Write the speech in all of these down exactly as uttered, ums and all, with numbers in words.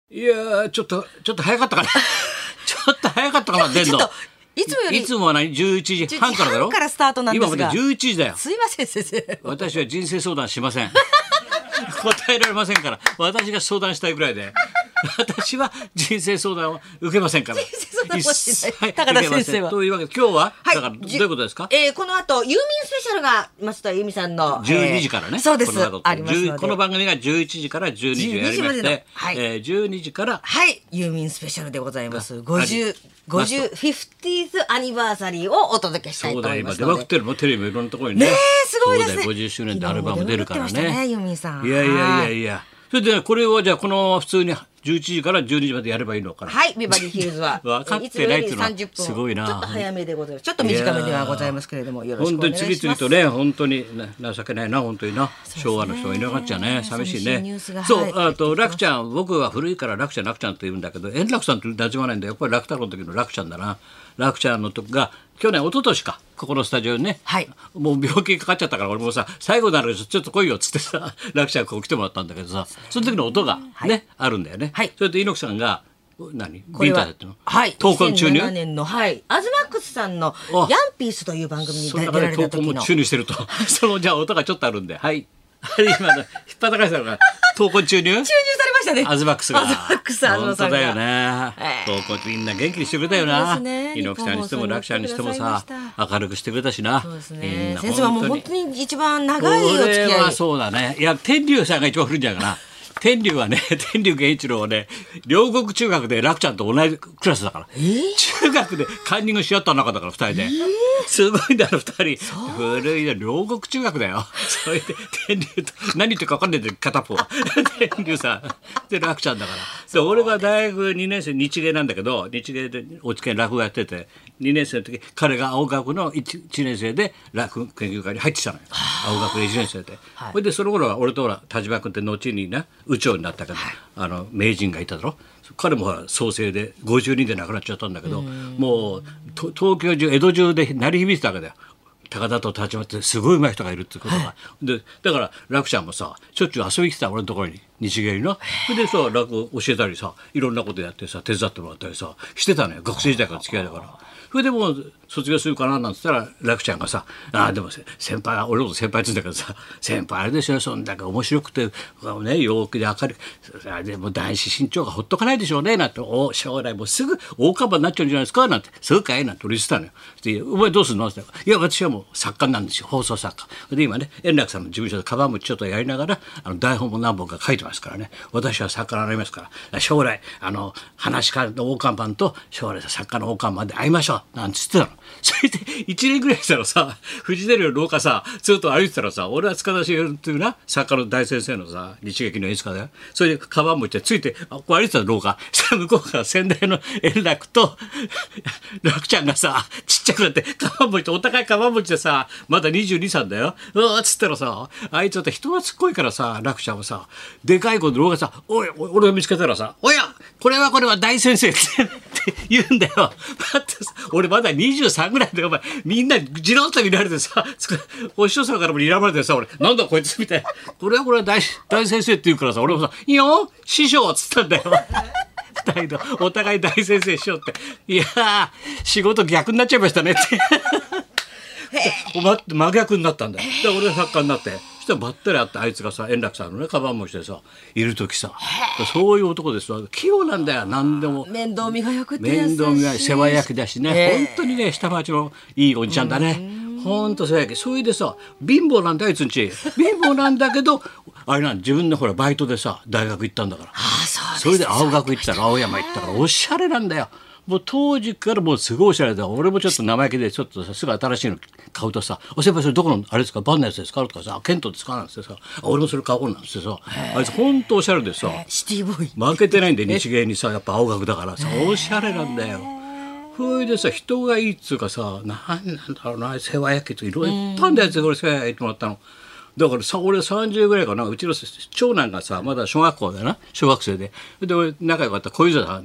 いやーちょっとちょっと早かったかなちょっと早かったかな出んの。 ちょっといつもよりいつもは何じゅういちじはんからだろ。 じゅういちじはんからスタートなんですが今までじゅういちじだよ。 すいません先生。 私は人生相談しません答えられませんから。私が相談したいぐらいで私は人生相談を受けませんから。 人生相談もしない一切高田先生は受けませんというわけで今日は、 はいだからどういうことですか。 えー、この後ユーミンスペシャルが松田由美さんのじゅうにじからね、 えーそうですこの後ありますのでこの番組がじゅういちじからじゅうにじをやりましじゅうにじまでのて、 はいえーじゅうにじからはいユーミンスペシャルでございますあごじゅうごじゅうフィフティーズアニバーサリーをお届けしたいとそうだ思い今出まくっますので。 てるもんテレビもいろんなところにね。 ねえすごいですねそうだよごじゅっしゅうねんでアルバム出るからね。 出まくってましたねユーミンさん。 いやいやいやはいいや。それでねこれをじゃあこの普通にじゅういちじからじゅうにじまでやればいいのかな。 はい、ビバリーヒルズは分かってないっていうのはつもよりさんじゅっぷんすごいなちょっと早めでございます。ちょっと短めではございますけれどもよろしくお本当に願いします。 次々とね本当にな情けないな本当にな、昭和の人がいなくなっちゃうね寂しい寂しいニュースが。 ねそう、 はいあと楽ちゃん僕は古いから楽ちゃん楽ちゃんって言うんだけど円楽さんって馴染まないんだよ。やっぱり楽太郎の時の楽ちゃんだな。楽ちゃんの時が去年一昨年かここのスタジオにね、 はいもう病気かかっちゃったから俺もさ最後になるちょっと来いよっつってさ楽ちゃんここ来てもらったんだけどさその時の音がね、あるんだよね、 はいそれで猪木さんが何これはビンタだっての、 はい、 闘魂注入にせんななねんのはいアズマックスさんのあヤンピースという番組にその出中で闘られた時の魂も注入してるとそのじゃあ音がちょっとあるんではい今の引っ張たかしたのが闘魂注入注入されましたね。 アズマックスがアズマックス東さんが本当だよね、 え闘魂みんな元気にしてくれたよな、 そうですね猪木さんにしても楽ちゃんにしてもさ日本放送に来てくださいました明るくしてくれたしな。 そうですみんね。 な先生はもう本当に一番長いお付きこれは合い。 そうだね。いや天竜さんが一番古いんじゃないかな。天竜はね天竜源一郎はね両国中学で楽ちゃんと同じクラスだから、中学でカンニングし合った中だからふたりで、すごいんだよふたり古いよ両国中学だよ。それで天竜と何言ってるか分かんないんだよ片方天竜さんで楽ちゃんだから。で俺が大学にねん生日芸なんだけど日芸で落ち研落語やっててにねん生の時彼が青学の 1, いちねん生で落語研究会に入ってきたのよ。青学のいちねん生で、それでその頃は俺とほら田島君って後にな宇長になったけど、あの名人がいただろ。彼もほら創生でごじゅうにで亡くなっちゃったんだけど、もうと東京中江戸中で鳴り響いてたわけだよ。高田と立ち回ってすごい上手い人がいるってことが、はい、でだから楽ちゃんもさしょっちゅう遊びに来てた俺のところに日芸にな。それでさ落語教えたりさいろんなことやってさ手伝ってもらったりさしてたのよ学生時代から付き合いだから。それでもう卒業するかななんて言ったら楽ちゃんがさ「ああでも先輩は俺のこと先輩って言うんだけどさ先輩あれでしょそんだけ面白くて、ね、陽気で明るくでも男子身長がほっとかないでしょうね」なんて「お将来もうすぐ大看板になっちゃうんじゃないですか」なんて「そうかい」なんて俺言ってたのよ。でお前どうするのって言ったら「いや私はもう作家なんですよ放送作家で今ね円楽さんの事務所でカバンもちょっとやりながらあの台本も何本か書いてますからね私は作家になりますから将来あの話し家の大看板と将来作家の大看板で会いましょう」なんて言ってたの。それでいちねんぐらいしたらさフジテレビの廊下さずっと歩いてたらさ俺は塚田茂っていうな作家の大先生のさ日劇の演出家だよ。それでカバン持ってついてあこう歩いてた廊下そしたら向こうから先代の円楽と楽ちゃんがさちっちゃくなってカバン持ってお互いカバン持ちでさまだにじゅうにさいだよ。うわっつったらさあいつだって人がつっこいからさ楽ちゃんはさでかい子の廊下さ「おい俺が見つけたらさおやこれはこれは大先生」って言うんだよ。だってさ俺まだにじゅうさんぐらいでお前みんなじろっと見られてさお師匠さんからも睨まれてさ俺なんだこいつみたいなこれはこれは 大, 大先生って言うからさ俺もさ「いいよ師匠」っつったんだよ。二人のお互い大先生師匠っていやー仕事逆になっちゃいましたねってお前って真逆になったんだよ。で俺が作家になってそしたらばったり会ってあいつがさ円楽さんのねカバンもしてさいる時さそういう男ですわ器用なんだよ何でも面倒見がよくて優しい面倒見が世話焼きだしね、えー、本当にね下町のいいおじちゃんだね。本当世話焼きそれでさ貧乏なんだよあいつんち貧乏なんだけどあれなん自分でほらバイトでさ大学行ったんだから。 あそうそれで青学行ったら青山行ったからおしゃれなんだよ。もう当時からもうすごいおしゃれだ。俺もちょっと生意気でちょっとさすぐ新しいの買うとさ「お先輩それどこのあれですかバンのやつですか?」とかさ「ケントですか?」なんてさ「俺もそれ買おう」なんてさあいつ本当おしゃれでさシティボーイ負けてないんで日芸にさやっぱ青学だからさおしゃれなんだよ。それでさ人がいいっつうかさなんなんだろうな世話焼きといろいろいっぱいあんだやつ俺世話焼いてもらったの。だからさ俺さんじゅうぐらいかなうちの長男がさまだ小学校だな小学生でで俺仲良かった小遊三さんな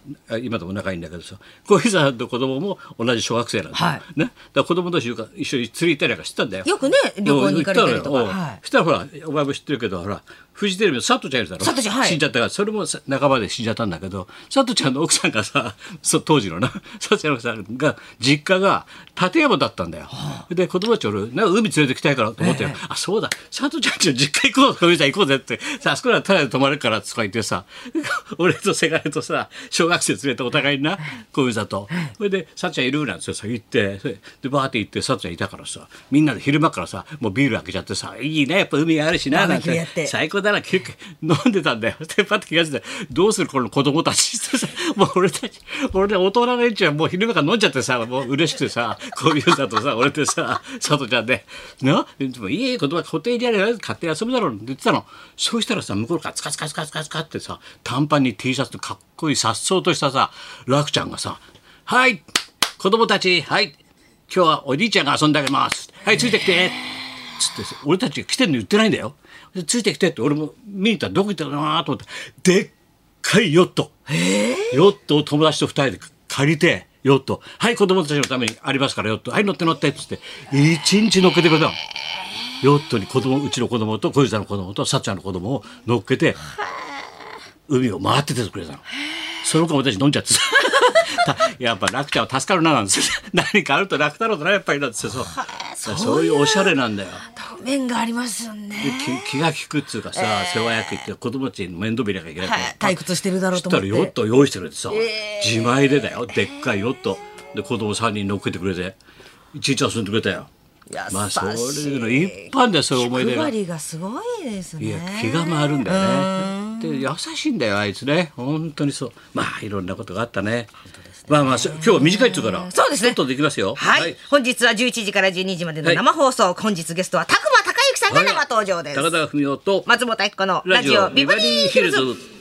あ今でも仲いいんだけどさ、小遊三と子供も同じ小学生なんだよ、 はいね、だから子供同士が一緒に釣り行ったりなんかしてたんだよ。 よくね旅行に行かれたりとか、 うん行ったのよはいそしたらほらお前も知ってるけどほらフジテレビの佐藤ちゃんいるだろ、 佐藤ちゃんはい死んじゃったからそれもさ半ばで死んじゃったんだけど、佐藤ちゃんの奥さんがさそう当時のな佐藤ちゃんの奥さんが実家が立山だったんだよ、で子供たち俺なんか海連れてきたいからと思って、あそうだ佐藤ちゃんちの実家行こう小遊三行こうぜってさあそこらタダで泊まるからとか言ってさ俺とせがれとさ小学生連れてお互いにな小遊三とそれで佐藤ちゃんいるなんてさ言ってそれでバーって行って佐藤ちゃんいたからさみんなで昼間からさもうビール開けちゃってさいいねやっぱ海あるしななんバーベキューやってて最高だなキュッキュ飲んでたんだよ。でパッと気が付いてどうするこの子供たちってさもう俺たち俺で大人の連中はもう昼間から飲んじゃってさもう嬉しくてさこういうさとさ俺ってさ佐藤ちゃんでなでもいい子供は固定にやれよ勝手に遊ぶだろうって言ってたの。そうしたらさ向こうからツカツカツカツカツカってさ短パンに T シャツとかっこいいさっそうとしたさ楽ちゃんがさはい子供たちはい今日はおじいちゃんが遊んであげますはいついてきてつって俺たちが来てるの言ってないんだよ。でついてきてって俺も見に行ったらどこ行ったのかなと思ってでっかいヨットヨットを友達とふたりで借りてヨットはい子供たちのためにありますからヨットはい乗って乗ってっつって一日乗っけてくれたの。ヨットに子供うちの子供と小遊三の子供とさっちゃんの子供を乗っけて海を回っててくれたの。その子も私飲んじゃってさやっぱ楽ちゃんは助かるななんですよ何かあると楽だろうとなやっぱりなんですよ。そうそういうおしゃれなんだよ。 面がありますよね。 気気が利くっつうかさ、えー、世話焼きって子供たちに面倒見なきゃいけないから、 はい、退屈してるだろうと思ってそしたらヨットを用意してくれてさ、 えー、 自前でだよでっかいヨットで子供さんにん乗っけてくれて一日遊んでくれたよ。まあそういうのいっぱいあるんだよそういう思い出が。 気配りがすごいですね。 いや気が回るんだよね。で優しいんだよあいつね本当にそう。まあいろんなことがあったね。まあまあ今日は短いっつうからそうですねちょっとできますよ。 はい、はい、本日はじゅういちじからじゅうにじまでの生放送、はい、本日ゲストは宅間孝之さんが生登場です。 高田文夫と松本明子のラジオビバリーヒルズ。